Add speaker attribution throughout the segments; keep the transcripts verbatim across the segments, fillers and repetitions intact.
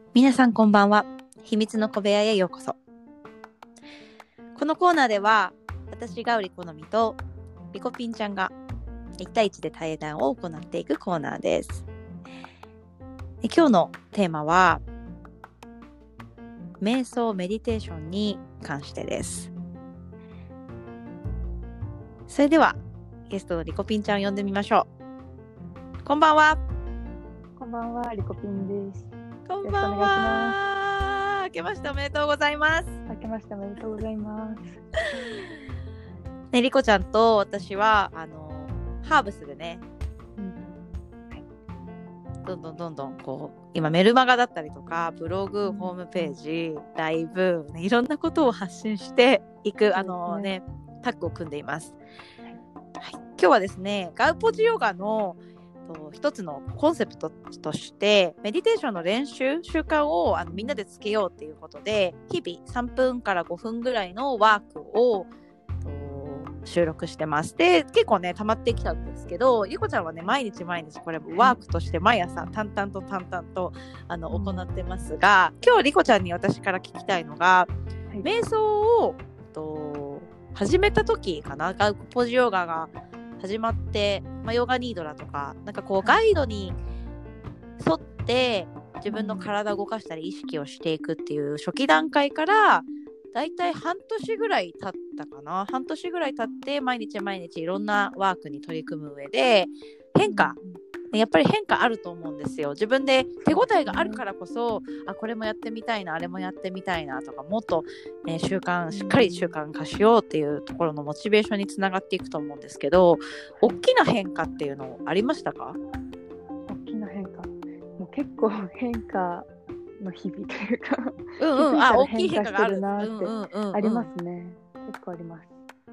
Speaker 1: 皆さんこんばんは。秘密の小部屋へようこそ。このコーナーでは私がうりこのみとリコピンちゃんがいち対いちで対談を行っていくコーナーです。で今日のテーマは瞑想メディテーションに関してです。それではゲストのリコピンちゃんを呼んでみましょう。こんばんは。
Speaker 2: こんばんは、リコピンです。
Speaker 1: こんばんは。明けましておめでとうございます。
Speaker 2: 明けましておめでとうございます。
Speaker 1: ね、リコちゃんと私はあのハーブスでね、うんはい、どんどんどんどんこう今メルマガだったりとかブログ、ホームページ、ライブ、ね、いろんなことを発信していく、あのね、タッグを組んでいます。はい、今日はですね、ガウポジヨガの一つのコンセプトとしてメディテーションの練習習慣をあのみんなでつけようっていうことで、日々さんぷんからごふんぐらいのワークを収録してます。で結構ね溜まってきたんですけど、ゆこちゃんはね毎日毎日これワークとして毎朝淡々と淡々とあの行ってますが、今日りこちゃんに私から聞きたいのが、はい、瞑想をと始めた時かな、ガウポジヨガが始まって、まあ、ヨガニードラとかなんかこうガイドに沿って自分の体を動かしたり意識をしていくっていう初期段階からだいたい半年ぐらい経ったかな半年ぐらい経って毎日毎日いろんなワークに取り組む上で変化、やっぱり変化あると思うんですよ。自分で手応えがあるからこそ、あこれもやってみたいな、あれもやってみたいなとか、もっと、ね、習慣しっかり習慣化しようっていうところのモチベーションにつながっていくと思うんですけど、大きな変化っていうのありましたか？
Speaker 2: 大きな変化、もう結構変化の日々というか
Speaker 1: うんうん、あ大きい変化がある
Speaker 2: なってありますね。結構あります。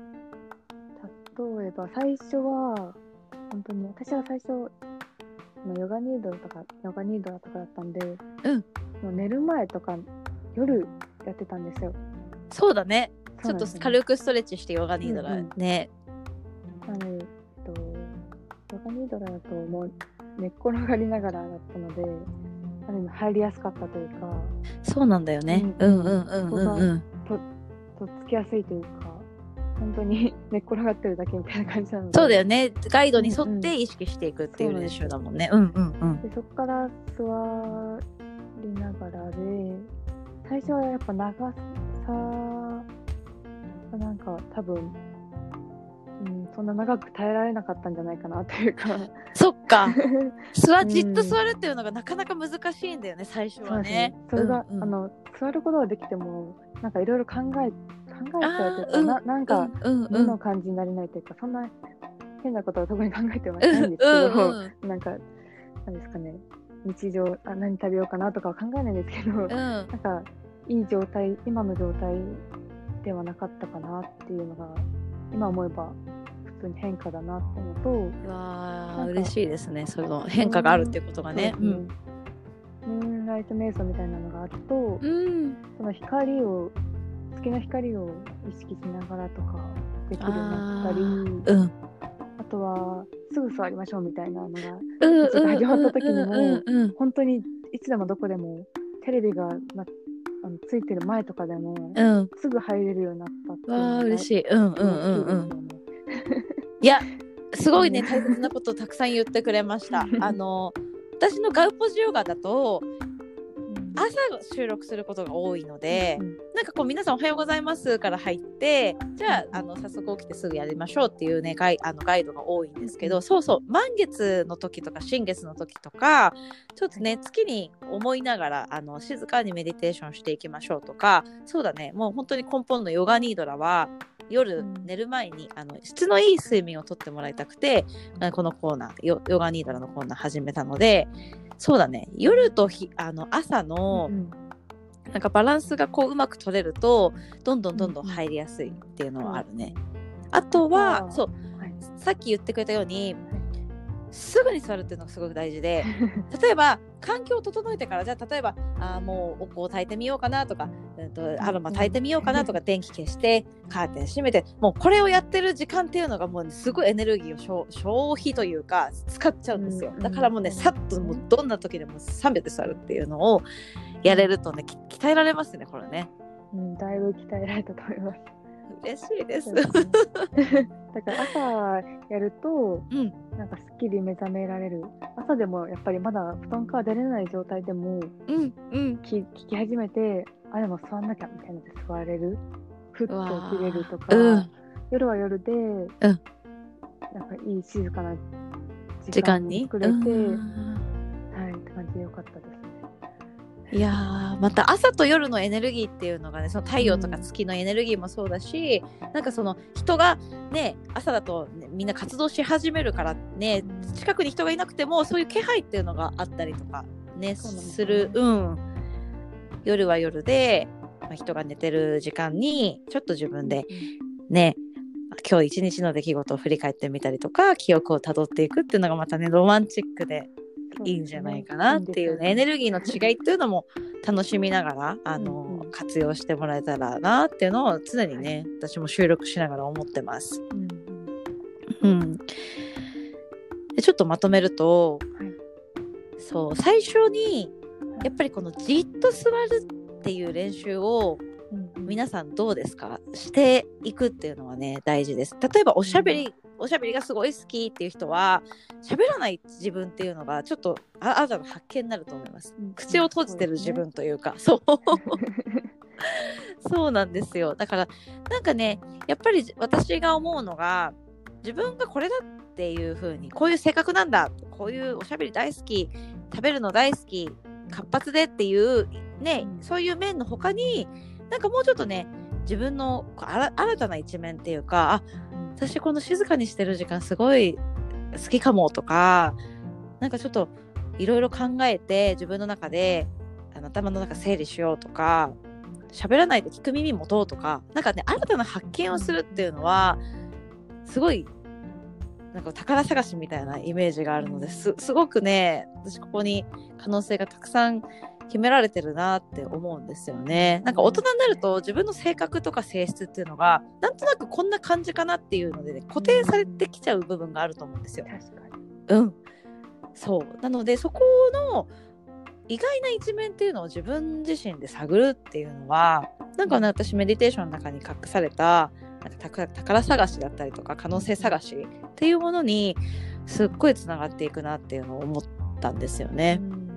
Speaker 2: 例えば最初は本当に私は最初ヨガニードルとかヨガニードラとかだったんで、
Speaker 1: うん、
Speaker 2: もう寝る前とか夜やってたんですよ。
Speaker 1: そうだね。ちょっと軽くストレッチしてヨガニードラね。
Speaker 2: うんうん、なので、えっと、ヨガニードラだともう寝っ転がりながらだったので、ある意味入りやすかったというか。
Speaker 1: そうなんだよね。うんうんうんうんうん。
Speaker 2: ととっつきやすいというか。本当に寝っ転がってるだけみたいな感じなので。
Speaker 1: そうだよね。ガイドに沿って意識していくっていう練習だもんね。うんうんうん。
Speaker 2: でそこから座りながらで、最初はやっぱ長さがなんか多分、うん、そんな長く耐えられなかったんじゃないかなというか。
Speaker 1: そっか。座じっと座るっていうのがなかなか難しいんだよね、最初はね。
Speaker 2: それが、うんうん、あの座ることができてもなんかいろいろ考え考えちゃうというか、うん、な, なんか無の感じになれないというか、そんな変なことは特に考えてはないんですけど、うんうん、なんかなんですかね、日常あ何食べようかなとかは考えないんですけど、うん、なんかいい状態、今の状態ではなかったかなっていうのが今思えば普通に変化だなっていうのと、
Speaker 1: うわ嬉しいですね、その変化があるっていうことがね。
Speaker 2: ムーンライト瞑想みたいなのがあると、うん、その光を月の光を意識しながらとかできるようになったり、 あ,、うん、あとはすぐ座りましょうみたいなのがちょっと始まった時にも本当にいつでもどこでもテレビがなあのついてる前とかでも、うん、すぐ入れるようになったっていうのが
Speaker 1: わ嬉しい。うんうんうんうん。いやすごいね、大切なことをたくさん言ってくれました。あの私のガウポジヨガだと朝収録することが多いので、うん、なんかこう皆さんおはようございますから入って、じゃあ、あの早速起きてすぐやりましょうっていうねガイ、あのガイドが多いんですけど、そうそう満月の時とか新月の時とかちょっとね月に思いながらあの静かにメディテーションしていきましょうとか、そうだね、もう本当に根本のヨガニードラは夜寝る前にあの質のいい睡眠をとってもらいたくて、このコーナーヨ、ヨガニードラのコーナー始めたので、そうだね、夜とひあの朝の、うん、なんかバランスがこううまく取れるとどんどんどんどん入りやすいっていうのはあるね。うん、あとはそう、はい、さっき言ってくれたようにすぐに座るっていうのがすごく大事で、例えば環境を整えてから、じゃあ例えばあもうお香を焚いてみようかなとか、うんと、アロマ焚いてみようかなとか、電気消してカーテン閉めて、もうこれをやってる時間っていうのがもう、ね、すごいエネルギーを消費というか使っちゃうんですよ。だからもうねさっともうどんな時でもさんびゃく座るっていうのをやれるとね、鍛えられますねこれね。
Speaker 2: うん、だいぶ鍛えられたと思います。
Speaker 1: 嬉しいです。
Speaker 2: だから朝やると、うん、なんかすっきり目覚められる。朝でもやっぱりまだ布団から出れない状態でも、うんうん、聞き始めて、あでも座んなきゃみたいなので座れる、ふっと起きれるとか、うん、夜は夜で、うん、なんかいい静かな時間に作れて、はいって感じでよかったですね。
Speaker 1: いやー、また朝と夜のエネルギーっていうのがね、その太陽とか月のエネルギーもそうだし、うん、なんかその人がね朝だと、ね、みんな活動し始めるからね、近くに人がいなくてもそういう気配っていうのがあったりとかねする、うん、夜は夜で、まあ、人が寝てる時間にちょっと自分でね、今日一日の出来事を振り返ってみたりとか記憶をたどっていくっていうのがまたねロマンチックでいいんじゃないかなっていうね、エネルギーの違いっていうのも楽しみながらあの、うんうん、活用してもらえたらなっていうのを常にね、はい、私も収録しながら思ってます、うんうん、でちょっとまとめると、はい、そう最初にやっぱりこのじっと座るっていう練習を皆さんどうですか？していくっていうのはね大事です。例えばおしゃべり、うんおしゃべりがすごい好きっていう人は喋らない自分っていうのがちょっと新たな発見になると思います、うん、口を閉じてる自分というか、そうそうそうなんですよ。だからなんかねやっぱり私が思うのが自分がこれだっていう風にこういう性格なんだ、こういうおしゃべり大好き、食べるの大好き、活発でっていうね、うん、そういう面の他になんかもうちょっとね自分の新たな一面っていうか、あ私この静かにしてる時間すごい好きかもとか、なんかちょっといろいろ考えて自分の中であの頭の中整理しようとか、喋らないで聞く耳持とうとか、なんかね新たな発見をするっていうのはすごいなんか宝探しみたいなイメージがあるので す, すごくね私ここに可能性がたくさん秘められてるなって思うんですよね。なんか大人になると自分の性格とか性質っていうのがなんとなくこんな感じかなっていうので、ね、固定されてきちゃう部分があると思うんですよ。
Speaker 2: 確かに。
Speaker 1: うん。そうなのでそこの意外な一面っていうのを自分自身で探るっていうのはなんかね私メディテーションの中に隠されたなんか宝探しだったりとか可能性探しっていうものにすっごいつながっていくなっていうのを思ったんですよね。
Speaker 2: うん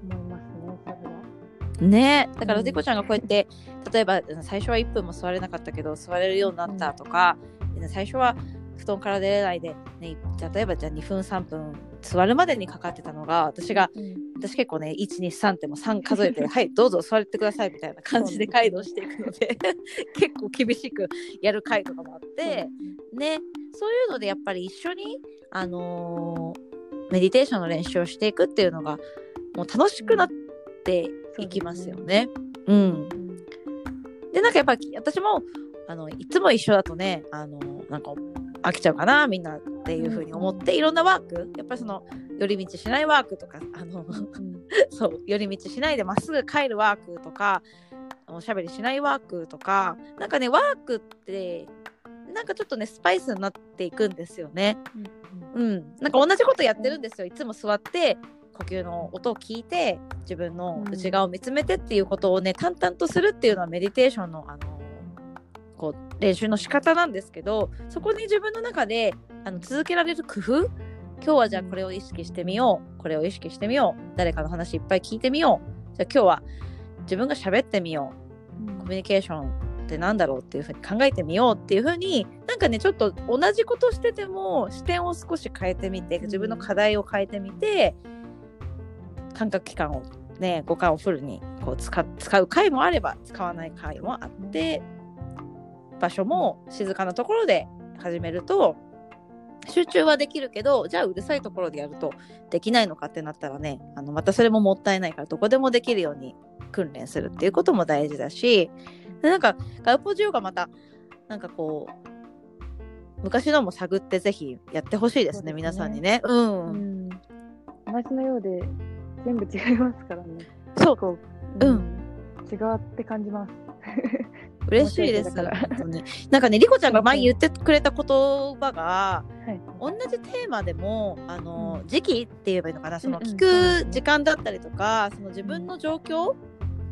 Speaker 1: ね、だからデコちゃんがこうやって例えば最初はいっぷんも座れなかったけど座れるようになったとか、うん、最初は布団から出れないで、ね、例えばじゃあにふんさんぷん座るまでにかかってたのが私が、うん、私結構ねいちにさんってもさん数えてはいどうぞ座ってくださいみたいな感じでガイドしていくので結構厳しくやる回とかもあって、うん、ね、そういうのでやっぱり一緒に、あのー、メディテーションの練習をしていくっていうのがもう楽しくなってっていきますよね。うん。でなんかやっぱり私もあのいつも一緒だとねあのなんか飽きちゃうかなみんなっていう風に思って、いろんなワークやっぱりその寄り道しないワークとかあの、うん、そう寄り道しないでまっすぐ帰るワークとかおしゃべりしないワークとかなんかねワークってなんかちょっとねスパイスになっていくんですよね。うん、うん、なんか同じことやってるんですよ。いつも座って呼吸の音を聞いて自分の内側を見つめてっていうことをね、うん、淡々とするっていうのはメディテーションの、あのこう練習の仕方なんですけど、そこに自分の中であの続けられる工夫、今日はじゃあこれを意識してみよう、これを意識してみよう、誰かの話いっぱい聞いてみよう、じゃあ今日は自分が喋ってみよう、うん、コミュニケーションってなんだろうっていうふうに考えてみようっていうふうになんかねちょっと同じことしてても視点を少し変えてみて自分の課題を変えてみて、感覚器官をね五感をフルにこう 使, 使う回もあれば使わない回もあって、場所も静かなところで始めると集中はできるけど、じゃあうるさいところでやるとできないのかってなったらね、あのまたそれももったいないからどこでもできるように訓練するっていうことも大事だし、でなんかガウポジヨガまたなんかこう昔のも探ってぜひやってほしいです ね, ですね皆さんにね、うん、うん、
Speaker 2: 同じのようで全部違いますからね。
Speaker 1: そう、うん、
Speaker 2: 違って感じます。
Speaker 1: 嬉しいです。なんかね、リコちゃんが前言ってくれた言葉が、はい、同じテーマでもあの、うん、時期って言えばいいのかな、その聞く時間だったりとか、その自分の状況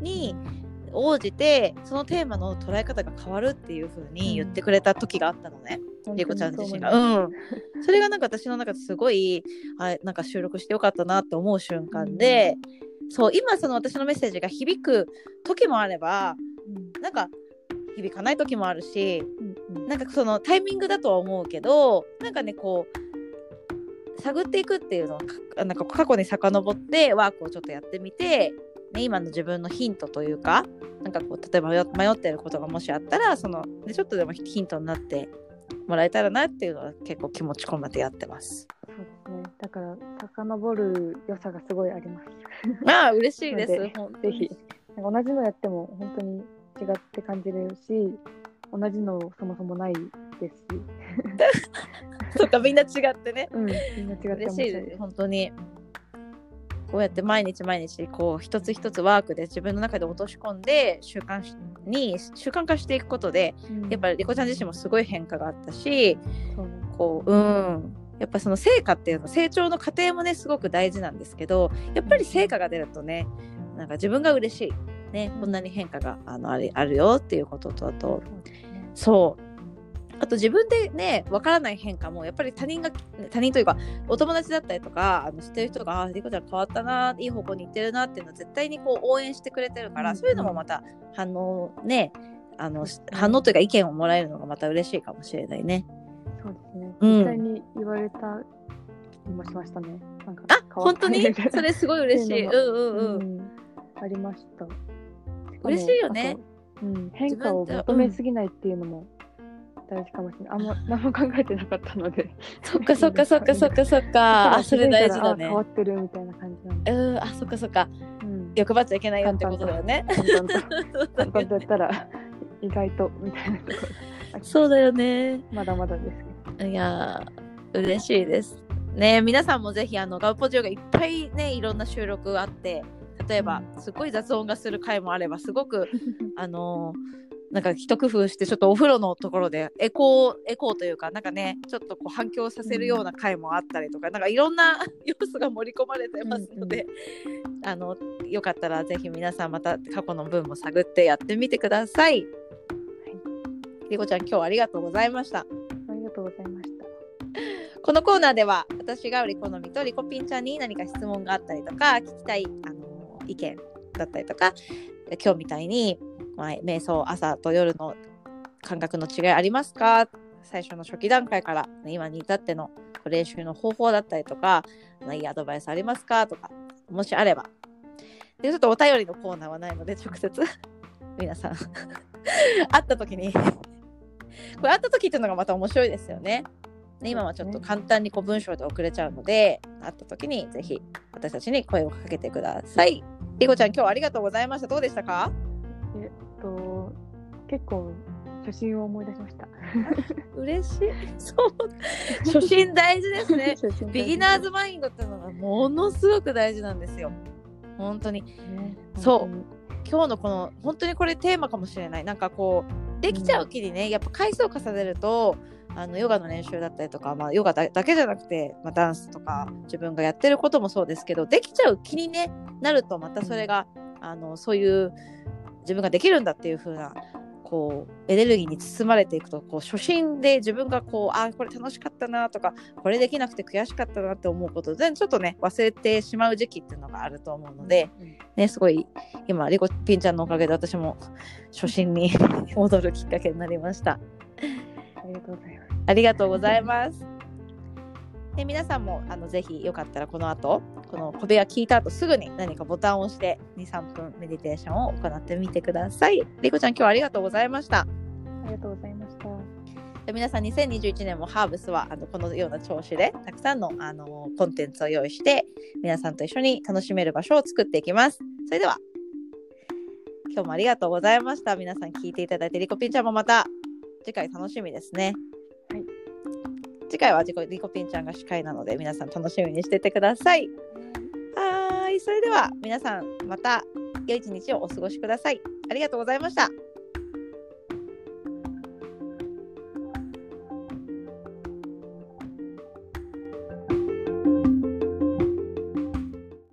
Speaker 1: に応じてそのテーマの捉え方が変わるっていう風に言ってくれた時があったのね、うん、りこちゃん自身が、うん、それがなんか私の中ですごいあなんか収録してよかったなって思う瞬間で、うん、そう今その私のメッセージが響く時もあれば、うん、なんか響かない時もあるし、うんうん、なんかそのタイミングだとは思うけどなんかねこう探っていくっていうのをなんか過去に遡ってワークをちょっとやってみて、ね、今の自分のヒントというかなんかこう例えば迷ってることがもしあったらそのでちょっとでもヒントになってもらえたらなっていうのは結構気持ち込めてやってます。
Speaker 2: そうですね。だから遡る良さがすごいあります。
Speaker 1: まあ嬉しいです。
Speaker 2: ぜひ同じのやっても本当に違って感じるし、同じのそもそもないですし。
Speaker 1: そっかみんな違ってね。
Speaker 2: うん、みんな違って
Speaker 1: 嬉しいです本当に。こうやって毎日毎日こう一つ一つワークで自分の中で落とし込んで習慣に習慣化していくことで、うん、やっぱりりこちゃん自身もすごい変化があったし、うん、こううんやっぱその成果っていうの成長の過程もねすごく大事なんですけどやっぱり成果が出るとねなんか自分が嬉しいね、こんなに変化が あの ある、あるよっていうこととあとそうあと自分でねわからない変化もやっぱり他人が他人というかお友達だったりとかあの知ってる人がありこちゃん変わったないい方向に行ってるなっていうのは絶対にこう応援してくれてるから、うん、そういうのもまた反応ねあの、うん、反応というか意見をもらえるのがまた嬉しいかもしれないね。
Speaker 2: そうですね、うん、実際に言われた気もしましたね。なんか
Speaker 1: あ本当にそれすごい嬉しいうんうんうん、うん、
Speaker 2: ありました。
Speaker 1: 嬉しいよね、
Speaker 2: うん、変化を求めすぎないっていうのも大事かもしれない。あんま何も考えてなかったので
Speaker 1: そっかそっかそっかそっかそっかあそれ大事だね。
Speaker 2: 変わってるみたいな感じなんで
Speaker 1: うんあそっかそっか、うん、欲張っちゃいけないよってことだよね。
Speaker 2: 簡単と簡単とやったら意外とみたいなところ
Speaker 1: そうだよね。
Speaker 2: まだまだですけど
Speaker 1: いや嬉しいですね。皆さんもぜひあのガウポジオがいっぱいねいろんな収録あって例えばすごい雑音がする回もあればすごくあのー、なんか一工夫してちょっとお風呂のところでエコーエコーというかなんかねちょっとこう反響させるような回もあったりとか、うん、なんかいろんな要素が盛り込まれてますので、うんうん、あのよかったらぜひ皆さんまた過去の分も探ってやってみてください。はい、りこちゃん今日はありがとうございました。
Speaker 2: ありがとうございました。
Speaker 1: このコーナーでは私がりこのみとりこぴんちゃんに何か質問があったりとか聞きたいあの意見だったりとか今日みたいに、まあ、瞑想朝と夜の感覚の違いありますか最初の初期段階から今に至っての練習の方法だったりとかいいアドバイスありますかとかもしあればでちょっとお便りのコーナーはないので直接皆さん会った時にこれ会った時っていうのがまた面白いですよね。今はちょっと簡単にこう文章で送れちゃうので会った時にぜひ私たちに声をかけてください。りこちゃん今日はありがとうございました。どうでしたか？
Speaker 2: えっと結構初心を思い出しました。
Speaker 1: 嬉しい。そう初心大事ですね。ビギナーズマインドっていうのがものすごく大事なんですよ。本当に、ね、そう今日のこの本当にこれテーマかもしれない。なんかこうできちゃう気にね、うん、やっぱ回数を重ねるとあのヨガの練習だったりとか、まあ、ヨガ だ, だけじゃなくて、まあ、ダンスとか自分がやってることもそうですけどできちゃう気に、ね、なるとまたそれがあのそういう自分ができるんだっていう風なこうエネルギーに包まれていくとこう初心で自分がこうあこれ楽しかったなとかこれできなくて悔しかったなって思うことでちょっとね忘れてしまう時期っていうのがあると思うので、ね、すごい今りこぴんちゃんのおかげで私も初心に戻るきっかけになりました。
Speaker 2: ありがとうございます。
Speaker 1: ありがとうございます。で皆さんもあのぜひよかったらこの後この小部屋聞いた後すぐに何かボタンを押して にさんぷんメディテーションを行ってみてください。りこちゃん今日はありがとうございました。
Speaker 2: ありがとうございました。
Speaker 1: で皆さんにせんにじゅういちねんもハーブスはあのこのような調子でたくさんの、あのコンテンツを用意して皆さんと一緒に楽しめる場所を作っていきます。それでは今日もありがとうございました。皆さん聞いていただいてりこぴんちゃんもまた次回楽しみですね。
Speaker 2: はい。
Speaker 1: 次回はりこぴんちゃんが司会なので皆さん楽しみにしててください。はい。それでは皆さんまた良い一日をお過ごしください。ありがとうございました。